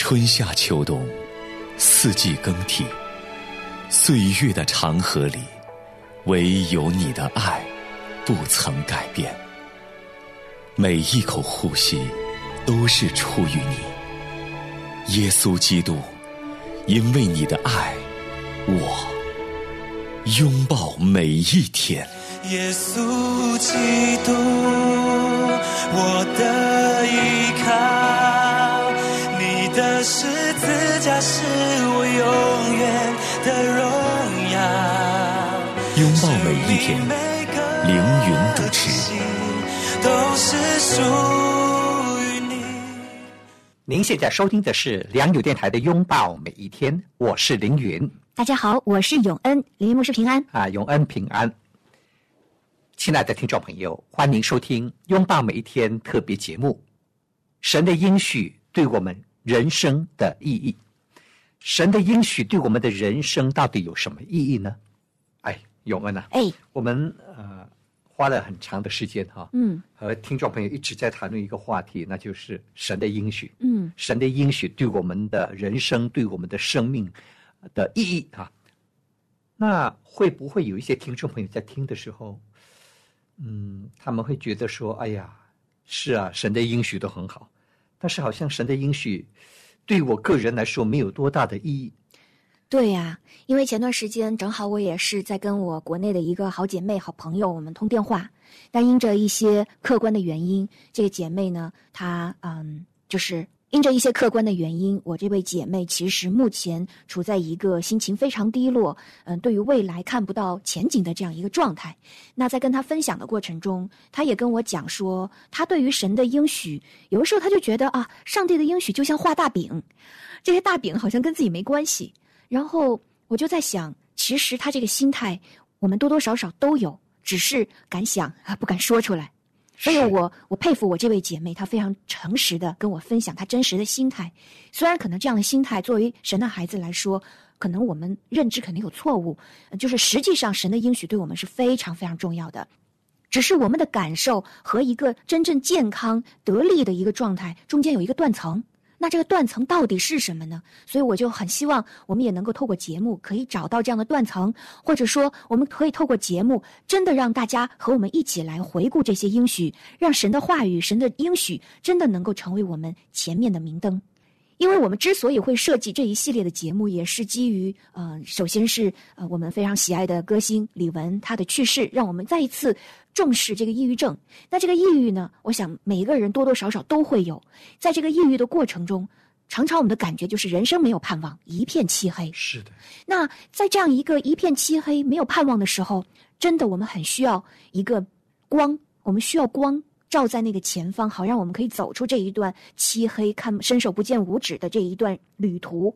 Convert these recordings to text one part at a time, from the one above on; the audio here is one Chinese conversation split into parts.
春夏秋冬，四季更替，岁月的长河里，唯有你的爱不曾改变。每一口呼吸都是出于你，耶稣基督，因为你的爱，我拥抱每一天。 耶稣基督，我的依靠，你的十字架是我永远的荣耀。 拥抱每一天，凌云主持。 都是属于你。 您现在收听的是良友电台的拥抱每一天，我是凌云。 大家好，我是永恩，凌云牧师平安啊，永恩平安。亲爱的听众朋友，欢迎收听拥抱每一天特别节目。神的应许对我们人生的意义，神的应许对我们的人生到底有什么意义呢？永恩啊，我们花了很长的时间和听众朋友一直在谈论一个话题，那就是神的应许。神的应许对我们的人生，对我们的生命的意义啊。那会不会有一些听众朋友在听的时候，他们会觉得说，哎呀，是啊，神的应许都很好，但是好像神的应许对我个人来说没有多大的意义。 对呀，因为前段时间正好我也是在跟我国内的一个好姐妹、好朋友，我们通电话，但因着一些客观的原因，这个姐妹呢，她就是因着一些客观的原因，我这位姐妹其实目前处在一个心情非常低落，对于未来看不到前景的这样一个状态。那在跟她分享的过程中，她也跟我讲说，她对于神的应许，有的时候她就觉得啊，上帝的应许就像画大饼，这些大饼好像跟自己没关系。然后我就在想，其实他这个心态我们多多少少都有，只是敢想不敢说出来。所以我佩服我这位姐妹，她非常诚实的跟我分享她真实的心态。虽然可能这样的心态作为神的孩子来说，可能我们认知肯定有错误，就是实际上神的应许对我们是非常非常重要的，只是我们的感受和一个真正健康得力的一个状态中间有一个断层。那这个断层到底是什么呢？所以我就很希望我们也能够透过节目可以找到这样的断层，或者说我们可以透过节目真的让大家和我们一起来回顾这些应许，让神的话语、神的应许真的能够成为我们前面的明灯。因为我们之所以会设计这一系列的节目，也是基于首先是我们非常喜爱的歌星李玟她的去世，让我们再一次重视这个抑郁症。那这个抑郁呢，我想每一个人多多少少都会有，在这个抑郁的过程中，常常我们的感觉就是人生没有盼望，一片漆黑。 是的。 那在这样一个一片漆黑没有盼望的时候，真的我们很需要一个光，我们需要光照在那个前方，好让我们可以走出这一段漆黑伸手不见五指的这一段旅途。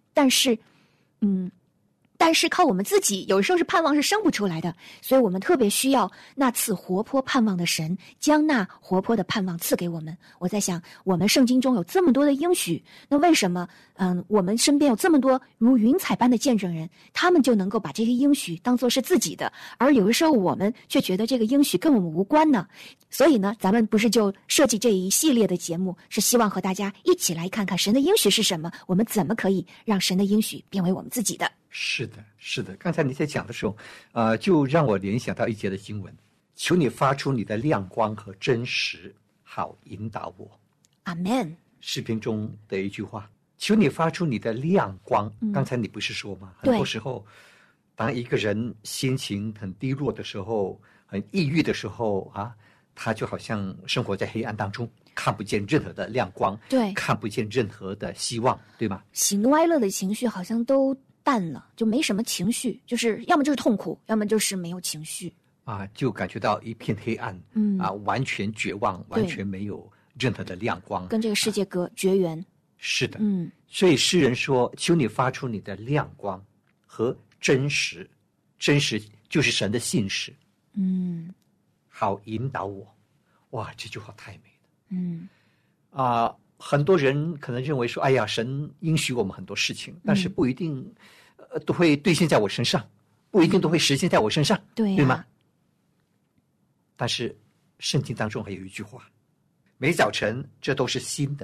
但是靠我们自己有时候是盼望是生不出来的，所以我们特别需要那次活泼盼望的神将那活泼的盼望赐给我们。我在想，我们圣经中有这么多的应许，那为什么我们身边有这么多如云彩般的见证人，他们就能够把这些应许当作是自己的，而有的时候我们却觉得这个应许跟我们无关呢？所以呢，咱们不是就设计这一系列的节目，是希望和大家一起来看看神的应许是什么，我们怎么可以让神的应许变为我们自己的。 是的，是的。刚才你在讲的时候，就让我联想到一节的经文：求你发出你的亮光和真实，好引导我。 阿们。 诗篇中的一句话：求你发出你的亮光。刚才你不是说吗？很多时候，当一个人心情很低落的时候，很抑郁的时候啊，他就好像生活在黑暗当中，看不见任何的亮光， 对， 看不见任何的希望，对吗？ 喜怒哀乐的情绪好像都淡了，就没什么情绪，就是要么就是痛苦，要么就是没有情绪啊，就感觉到一片黑暗，完全绝望，完全没有任何的亮光， 跟这个世界绝缘。 是的，所以诗人说：“求你发出你的亮光和真实，真实就是神的信实，好引导我。”哇，这句话太美了，很多人可能认为说，哎呀，神应许我们很多事情，但是不一定都会兑现在我身上，不一定都会实现在我身上，对吗？但是圣经当中还有一句话：每早晨这都是新的，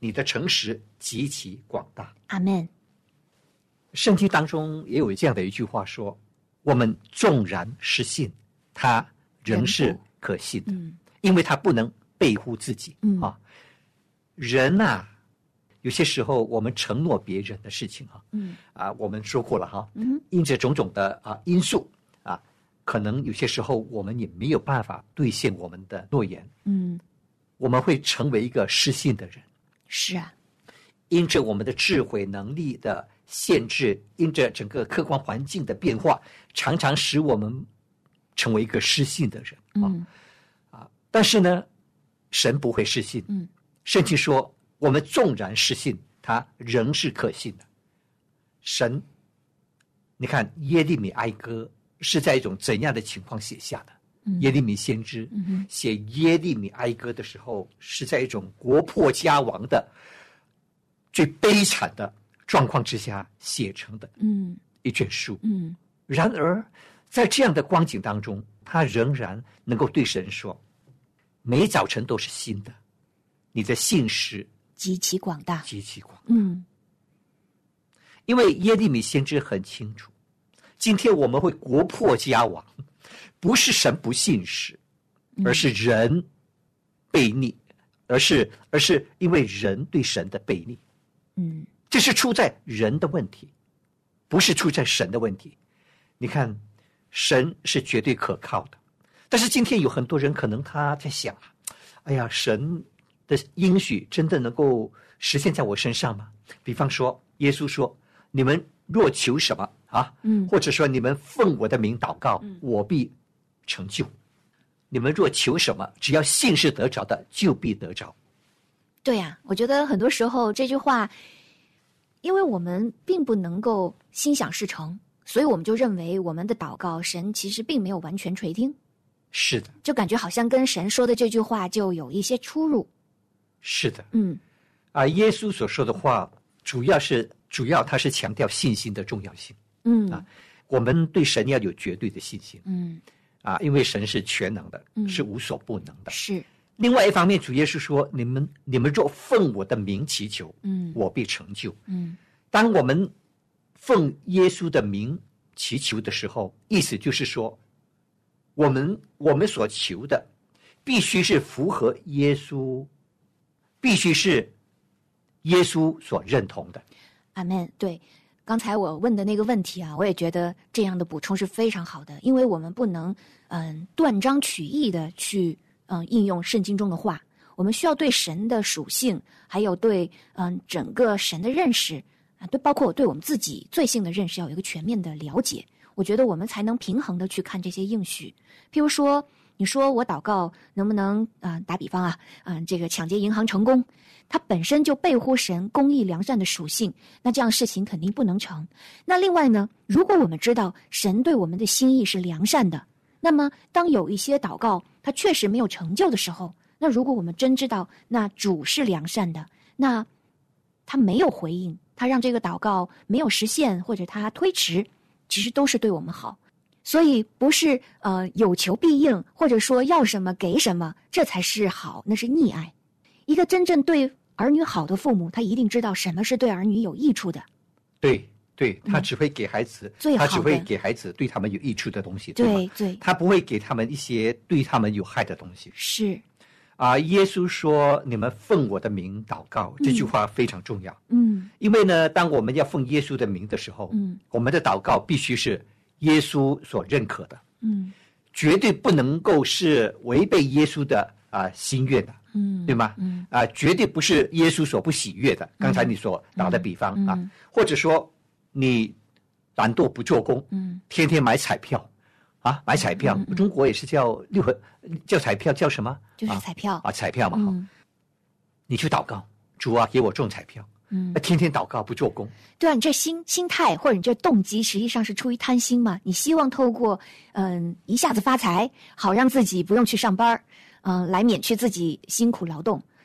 你的诚实极其广大。 阿们。 圣经当中也有这样的一句话说，我们纵然失信，他仍是可信的，因为他不能背乎自己。人啊，有些时候我们承诺别人的事情我们说过了因着种种的因素可能有些时候我们也没有办法兑现我们的诺言。我们会成为一个失信的人。 是啊， 因着我们的智慧能力的限制，因着整个客观环境的变化，常常使我们成为一个失信的人。但是呢，神不会失信。圣经说，我们纵然失信，他仍是可信的。神，你看耶利米哀歌是在一种怎样的情况写下的？耶利米先知写耶利米哀歌的时候，是在一种国破家亡的最悲惨的状况之下写成的一卷书。然而在这样的光景当中，他仍然能够对神说，每早晨都是新的，你的信实极其广大， 极其广大。因为耶利米先知很清楚，今天我们会国破家亡，不是神不信实，而是人悖逆，而是因为人对神的悖逆。这是出在人的问题，不是出在神的问题。你看，神是绝对可靠的，但是今天有很多人可能他在想，哎呀，神的应许真的能够实现在我身上吗？比方说，耶稣说，你们若求什么或者说你们奉我的名祷告，我必成就。你们若求什么，只要信是得着的，就必得着。 对呀，我觉得很多时候这句话，因为我们并不能够心想事成，所以我们就认为我们的祷告，神其实并没有完全垂听。 是的， 就感觉好像跟神说的这句话就有一些出入。 是的，耶稣所说的话，主要他是强调信心的重要性。我们对神要有绝对的信心。因为神是全能的，是无所不能的。 是。 另外一方面，主耶稣说，你们若奉我的名祈求，我必成就。当我们奉耶稣的名祈求的时候，意思就是说，我们所求的必须是符合耶稣，必须是耶稣所认同的。 阿们。对，刚才我问的那个问题我也觉得这样的补充是非常好的，因为我们不能断章取义的去应用圣经中的话，我们需要对神的属性，还有对整个神的认识对，包括对我们自己罪性的认识要有一个全面的了解，我觉得我们才能平衡的去看这些应许。譬如说，你说我祷告能不能打比方这个抢劫银行成功，它本身就背乎神公义良善的属性，那这样的事情肯定不能成。那另外呢，如果我们知道神对我们的心意是良善的，那么当有一些祷告它确实没有成就的时候，那如果我们真知道那主是良善的，那他没有回应，他让这个祷告没有实现，或者他推迟，其实都是对我们好。所以不是有求必应，或者说要什么给什么，这才是好，那是溺爱。一个真正对儿女好的父母，他一定知道什么是对儿女有益处的。 对，他只会给孩子最好的， 他只会给孩子对他们有益处的东西， 对， 他不会给他们一些对他们有害的东西。 是耶稣说，你们奉我的名祷告，这句话非常重要。因为呢，当我们要奉耶稣的名的时候，我们的祷告必须是耶稣所认可的，绝对不能够是违背耶稣的心愿的，对吗？绝对不是耶稣所不喜悦的。刚才你所打的比方或者说你懒惰不做工，天天买彩票买彩票，中国也是叫彩票，叫什么？ 就是彩票彩票嘛。你去祷告，主啊，给我中彩票。天天祷告不做工。 对啊，你这心态或者你这动机实际上是出于贪心嘛？你希望透过一下子发财，好让自己不用去上班来免去自己辛苦劳动。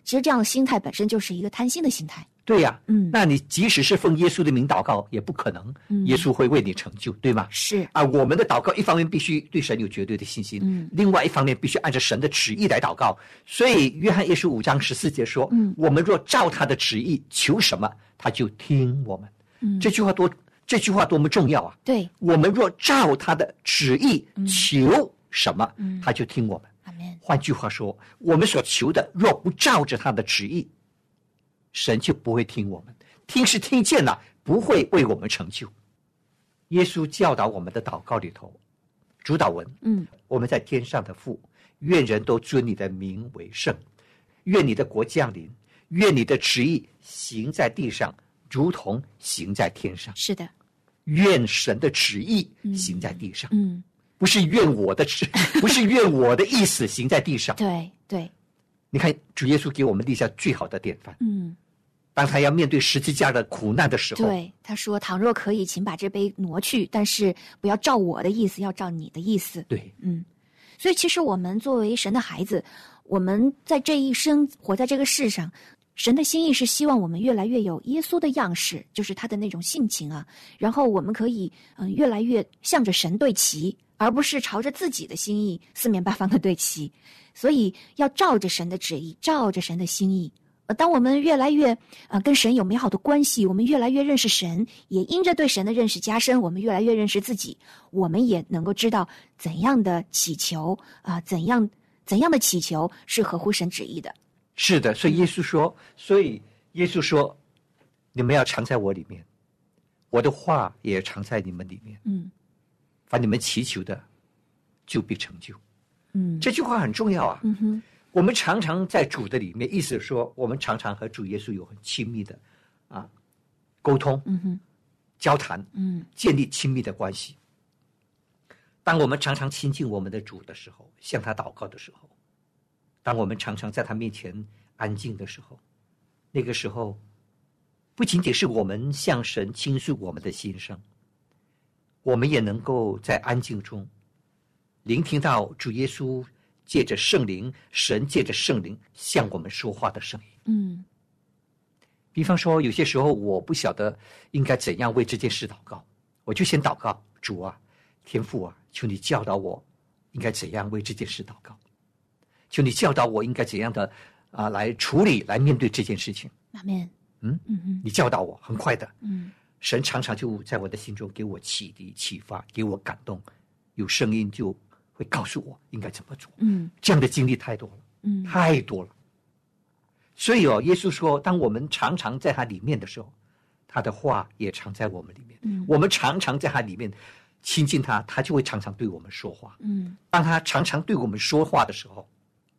其实这样的心态本身就是一个贪心的心态。 对呀， 嗯， 那你即使是奉耶稣的名祷告，也不可能，耶稣会为你成就，对吗？ 是啊，我们的祷告一方面必须对神有绝对的信心，另外一方面必须按照神的旨意来祷告。所以约翰一书5章14节说，我们若照他的旨意求什么，他就听我们。这句话多么重要啊！ 对， 我们若照他的旨意求什么，他就听我们。 阿们。 换句话说，我们所求的若不照着他的旨意，神就不会听我们。听是听见了，不会为我们成就。耶稣教导我们的祷告里头，主祷文，我们在天上的父，愿人都尊你的名为圣，愿你的国降临，愿你的旨意行在地上，如同行在天上。 是的， 愿神的旨意行在地上，不是愿我的意思行在地上。 对对， 你看主耶稣给我们立下最好的典范。当他要面对十字架的苦难的时候， 对，他说：“倘若可以，请把这杯挪去，但是不要照我的意思，要照你的意思。” 对， 所以其实我们作为神的孩子，我们在这一生活在这个世上，神的心意是希望我们越来越有耶稣的样式，就是他的那种性情啊，然后我们可以越来越向着神对齐，而不是朝着自己的心意四面八方的对齐。所以要照着神的旨意，照着神的心意。当我们越来越跟神有美好的关系，我们越来越认识神，也因着对神的认识加深，我们越来越认识自己，我们也能够知道怎样的祈求怎样的祈求是合乎神旨意的。 是的，所以耶稣说，你们要藏在我里面，我的话也藏在你们里面。凡你们祈求的，就必成就。这句话很重要啊。我们常常在主的里面，意思是说，我们常常和主耶稣有很亲密的沟通，交谈，建立亲密的关系。当我们常常亲近我们的主的时候，向他祷告的时候，当我们常常在他面前安静的时候，那个时候不仅仅是我们向神倾诉我们的心声，我们也能够在安静中聆听到主耶稣借着圣灵，神借着圣灵向我们说话的声音。比方说有些时候我不晓得应该怎样为这件事祷告，我就先祷告，主啊，天父啊，求你教导我应该怎样为这件事祷告，求你教导我应该怎样的来处理，来面对这件事情。 阿们。 你教导我，很快的。神常常就在我的心中给我启迪、启发，给我感动，有声音就会告诉我应该怎么做。这样的经历太多了，太多了。所以耶稣说，当我们常常在他里面的时候，他的话也常在我们里面。我们常常在他里面亲近他，他就会常常对我们说话。当他常常对我们说话的时候，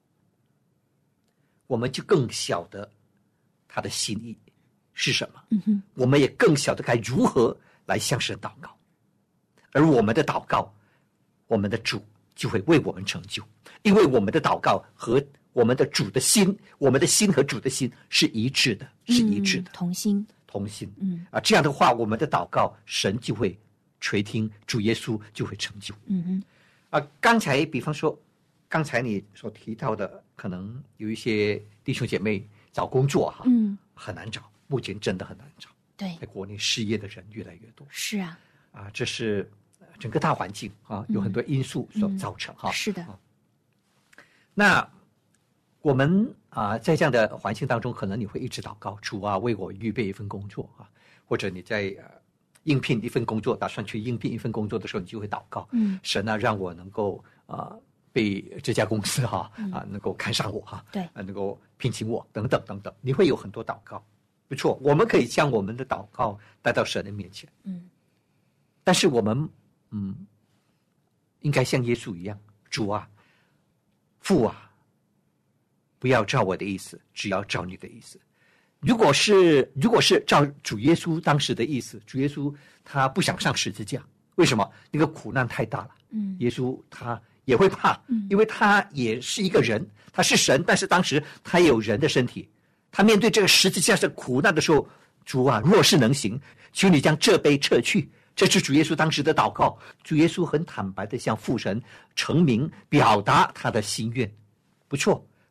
我们就更晓得他的心意是什么。我们也更晓得该如何来向神祷告，而我们的祷告，我们的主就会为我们成就，因为我们的祷告和我们的主的心，我们的心和主的心是一致的，是一致的， 同心。 这样的话，我们的祷告神就会垂听，主耶稣就会成就。刚才比方说，刚才你所提到的，可能有一些弟兄姐妹找工作很难找，目前真的很难找。 对， 在国内失业的人越来越多。 是啊， 这是整个大环境有很多因素所造成是的。 那我们在这样的环境当中，可能你会一直祷告，主啊，为我预备一份工作或者你在应聘一份工作，打算去应聘一份工作的时候，你就会祷告，神啊，让我能够被这家公司能够看上我对， 能够聘请我等等等等，你会有很多祷告。不错，我们可以将我们的祷告带到神的面前。但是我们应该像耶稣一样，主啊，父啊，不要照我的意思，只要照你的意思。如果是照主耶稣当时的意思，主耶稣他不想上十字架，为什么？那个苦难太大了。耶稣他也会怕，因为他也是一个人，他是神，但是当时他也有人的身体。他面对这个十字架的苦难的时候，主啊，若是能行，求你将这杯撤去。这是主耶稣当时的祷告。主耶稣很坦白的向父神陈明表达他的心愿。不错，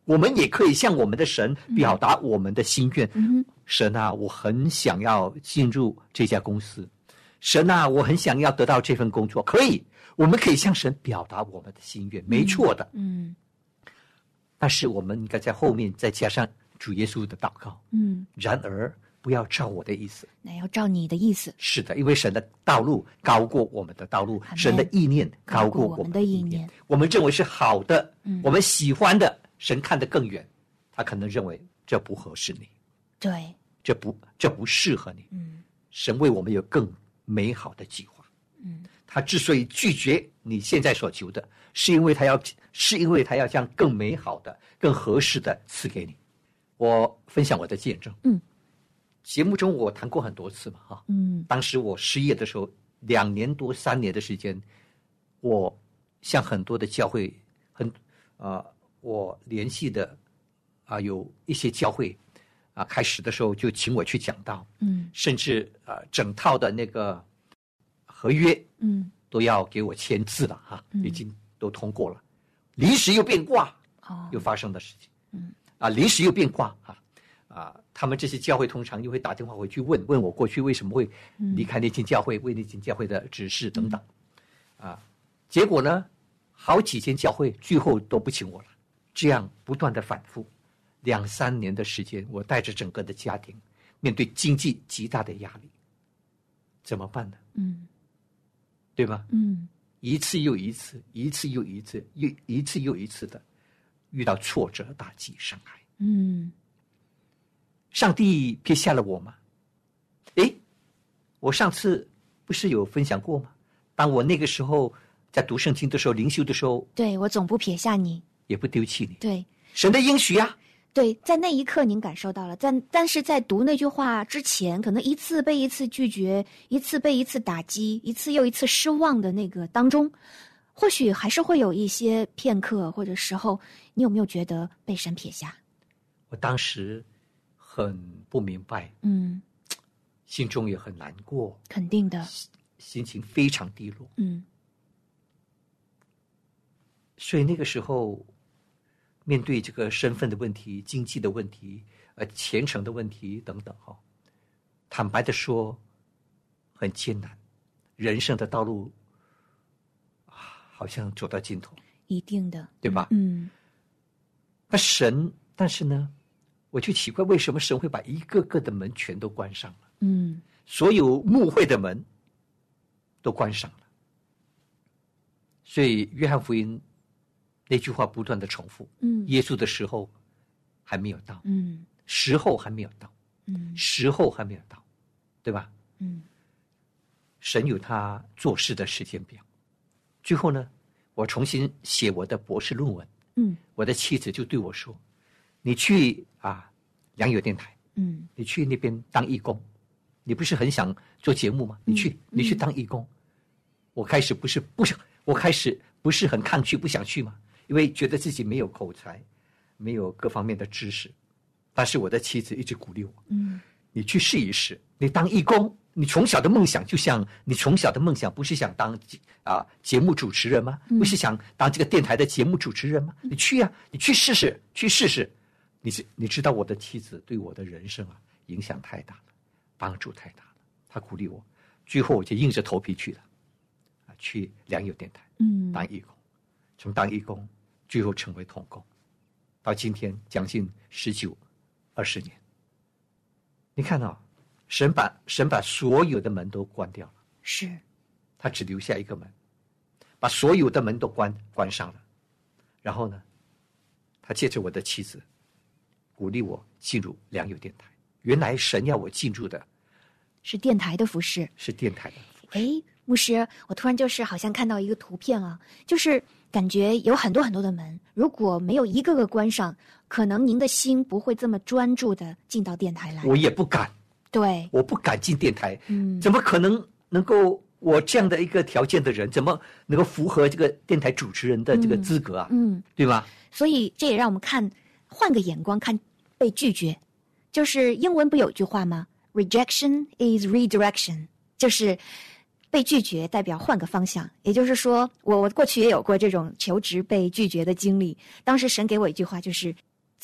我们也可以向我们的神表达我们的心愿。神啊，我很想要进入这家公司。神啊，我很想要得到这份工作。可以，我们可以向神表达我们的心愿，没错的。但是我们应该在后面再加上主耶稣的祷告。然而不要照我的意思， 那要照你的意思。 是的，因为神的道路高过我们的道路，神的意念高过我们的意念。我们认为是好的，我们喜欢的，神看得更远，他可能认为这不合适你， 对， 这不适合你。神为我们有更美好的计划。他之所以拒绝你现在所求的，是因为他要将更美好的、更合适的赐给你。我分享我的见证。节目中我谈过很多次嘛，当时我失业的时候，2年多3年的时间，我向很多的教会，我联系的有一些教会开始的时候就请我去讲道，甚至整套的那个合约，都要给我签字了已经都通过了，临时又变卦，又发生的事情，临时又变卦他们这些教会通常又会打电话回去问我过去为什么会离开那间教会，为那间教会的指示等等，结果呢，好几间教会最后都不请我了，这样不断的反复，2、3年的时间，我带着整个的家庭，面对经济极大的压力，怎么办呢？对吗？一次又一次，一次又一次，一次又一次的遇到挫折、打击、伤害。上帝撇下了我吗？我上次不是有分享过吗？当我那个时候在读圣经的时候，灵修的时候， 对，我总不撇下你， 也不丢弃你。 对， 神的应许啊。 对，在那一刻您感受到了，但是在读那句话之前，可能一次被一次拒绝，一次被一次打击，一次又一次失望的那个当中，或许还是会有一些片刻或者时候，你有没有觉得被神撇下？ 我当时很不明白，心中也很难过， 肯定的， 心情非常低落，所以那个时候面对这个身份的问题、经济的问题、前程的问题等等坦白的说，很艰难，人生的道路好像走到尽头， 一定的， 对吧？但是呢，我就奇怪，为什么神会把一个个的门全都关上了？所有牧会的门都关上了。所以约翰福音那句话不断的重复，耶稣的时候还没有到，时候还没有到，时候还没有到，对吧？神有他做事的时间表。最后呢，我重新写我的博士论文，我的妻子就对我说，你去良友电台，你去那边当义工，你不是很想做节目吗？你去当义工。我开始不是很抗拒，不想去嘛，因为觉得自己没有口才，没有各方面的知识。但是我的妻子一直鼓励我，你去试一试，你当义工，你从小的梦想不是想当节目主持人吗？不是想当这个电台的节目主持人吗？你去啊，你去试试。你知道我的妻子对我的人生影响太大了，帮助太大了，她鼓励我，最后我就硬着头皮去了，去良友电台当义工，从当义工最后成为同工，到今天将近19、20年。你看神把所有的门都关掉了， 是， 他只留下一个门，把所有的门都关上了。然后呢，他借着我的妻子鼓励我进入良友电台。原来神要我进入的是电台的服事， 是电台的服事。 牧师，我突然就是好像看到一个图片就是感觉有很多很多的门，如果没有一个个关上，可能您的心不会这么专注的进到电台来。 我也不敢， 对， 我不敢进电台，怎么可能够我这样的一个条件的人，怎么能够符合这个电台主持人的这个资格对吧？ 所以这也让我们换个眼光看被拒绝，就是英文不有句话吗？ Rejection is redirection， 就是被拒绝代表换个方向。也就是说，我过去也有过这种求职被拒绝的经历。当时神给我一句话，就是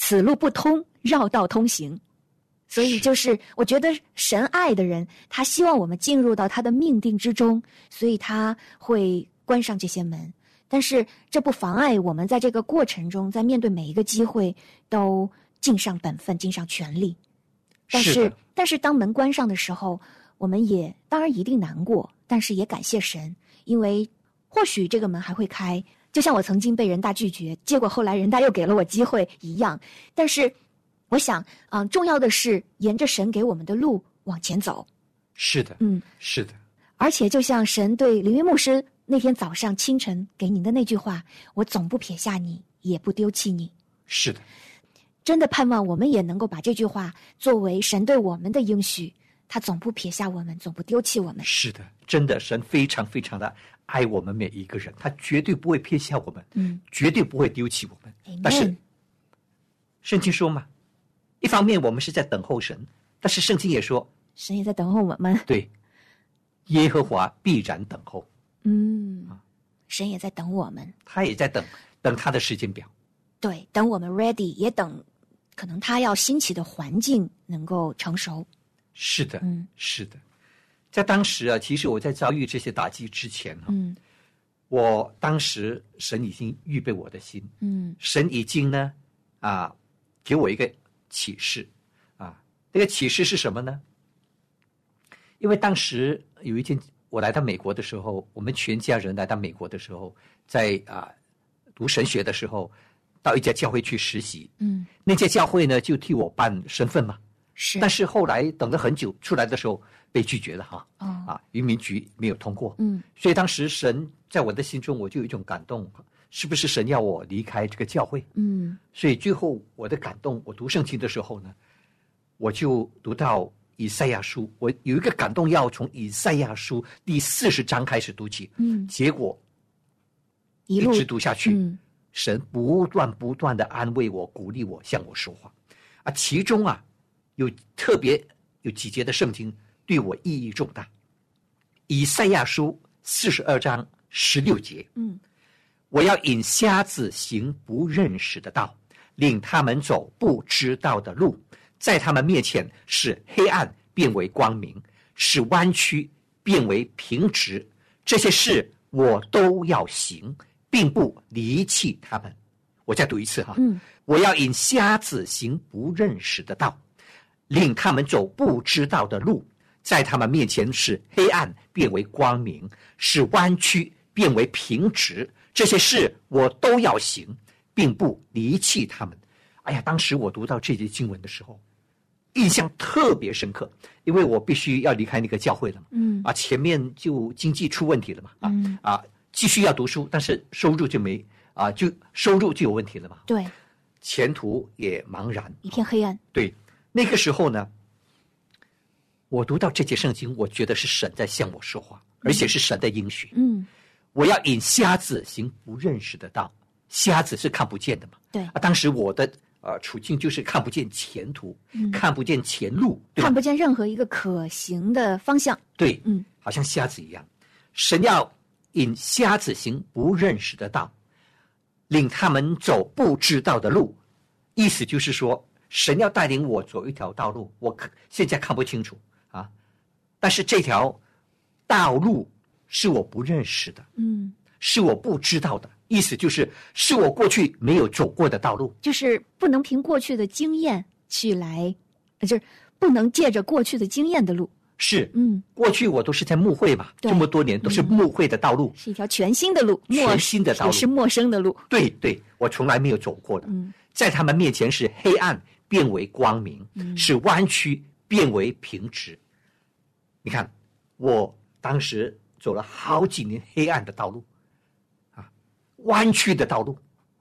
此路不通，绕道通行。所以就是我觉得神爱的人，他希望我们进入到他的命定之中，所以他会关上这些门。但是这不妨碍我们在这个过程中，在面对每一个机会都尽上本分，尽上全力。但是当门关上的时候，我们也当然一定难过，但是也感谢神，因为或许这个门还会开，就像我曾经被人大拒绝，结果后来人大又给了我机会一样。但是我想重要的是沿着神给我们的路往前走。 是的，是的。 而且就像神对凌云牧师那天早上清晨给您的那句话，我总不撇下你，也不丢弃你。 是的， 真的盼望我们也能够把这句话作为神对我们的应许，他总不撇下我们，总不丢弃我们。 是的，真的，神非常非常的爱我们每一个人，他绝对不会撇下我们，绝对不会丢弃我们。但是圣经说嘛，一方面我们是在等候神，但是圣经也说神也在等候我们。 对，耶和华必然等候。 神也在等我们， 他也在等他的时间表。 对，等我们 ready， 也等可能他要兴起的环境能够成熟。 是的，是的。在当时啊，其实我在遭遇这些打击之前我当时神已经预备我的心，神已经呢给我一个启示那个启示是什么呢？因为当时有一件，我来到美国的时候，我们全家人来到美国的时候，在读神学的时候，到一家教会去实习，那家教会呢就替我办身份嘛， 是， 但是后来等了很久，出来的时候被拒绝了移民局没有通过，所以当时神在我的心中，我就有一种感动，是不是神要我离开这个教会？所以最后我的感动，我读圣经的时候呢，我就读到以赛亚书，我有一个感动，要从以赛亚书第40章开始读起，结果一直读下去，神不断的安慰我，鼓励我，向我说话其中有特别有几节的圣经对我意义重大。以赛亚书42章16节，我要引瞎子行不认识的道，领他们走不知道的路，在他们面前使黑暗变为光明，使弯曲变为平直。这些事我都要行，并不离弃他们。我再读一次我要引瞎子行不认识的道，领他们走不知道的路，在他们面前使黑暗变为光明，使弯曲变为平直。这些事我都要行，并不离弃他们。当时我读到这节经文的时候，印象特别深刻，因为我必须要离开那个教会了嘛，前面就经济出问题了嘛，继续要读书，但是收入就没收入就有问题了嘛， 对， 前途也茫然， 一片黑暗。 对，那个时候呢，我读到这节圣经，我觉得是神在向我说话，而且是神的应许。我要引瞎子行不认识的道，瞎子是看不见的嘛， 对当时我的处境就是看不见前途，看不见前路， 看不见任何一个可行的方向。 对，好像瞎子一样。神要引瞎子行不认识的道，领他们走不知道的路，意思就是说，神要带领我走一条道路，我现在看不清楚但是这条道路是我不认识的，是我不知道的，意思是我过去没有走过的道路， 就是不能凭过去的经验去来，就是不能借着过去的经验的路。 是，过去我都是在牧会嘛，这么多年都是牧会的道路， 是一条全新的路， 全新的道路， 也是陌生的路。 对对，我从来没有走过的。在他们面前是黑暗变为光明，是弯曲变为平直。你看，我当时走了好几年黑暗的道路弯曲的道路，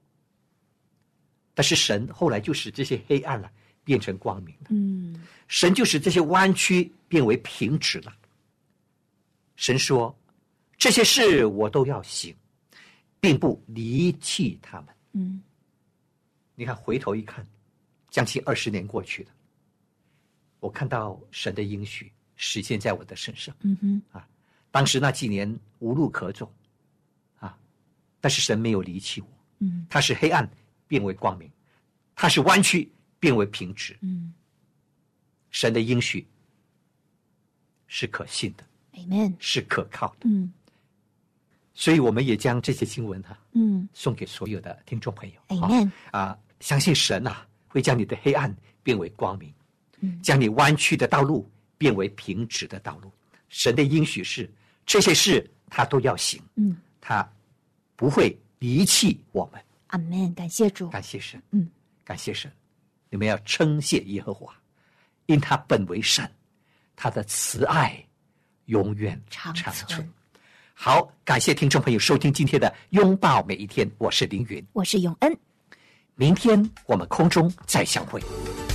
但是神后来就使这些黑暗变成光明了。神就使这些弯曲变为平直了。神说，这些事我都要行，并不离弃他们。你看，回头一看，将近20年过去了，我看到神的应许实现在我的身上。当时那几年无路可走但是神没有离弃我，他使黑暗变为光明， 它是弯曲变为平直。神的应许是可信的， Amen。 是可靠的。所以我们也将这些经文送给所有的听众朋友。 Amen。 相信神会将你的黑暗变为光明，将你弯曲的道路变为平直的道路。神的应许是这些事他都要行，他不会离弃我们。 阿们，感谢主， 感谢神，感谢神。你们要称谢耶和华，因他本为神，他的慈爱永远长存。好，感谢听众朋友收听今天的拥抱每一天，我是凌云， 我是永恩， 明天我们空中再相会。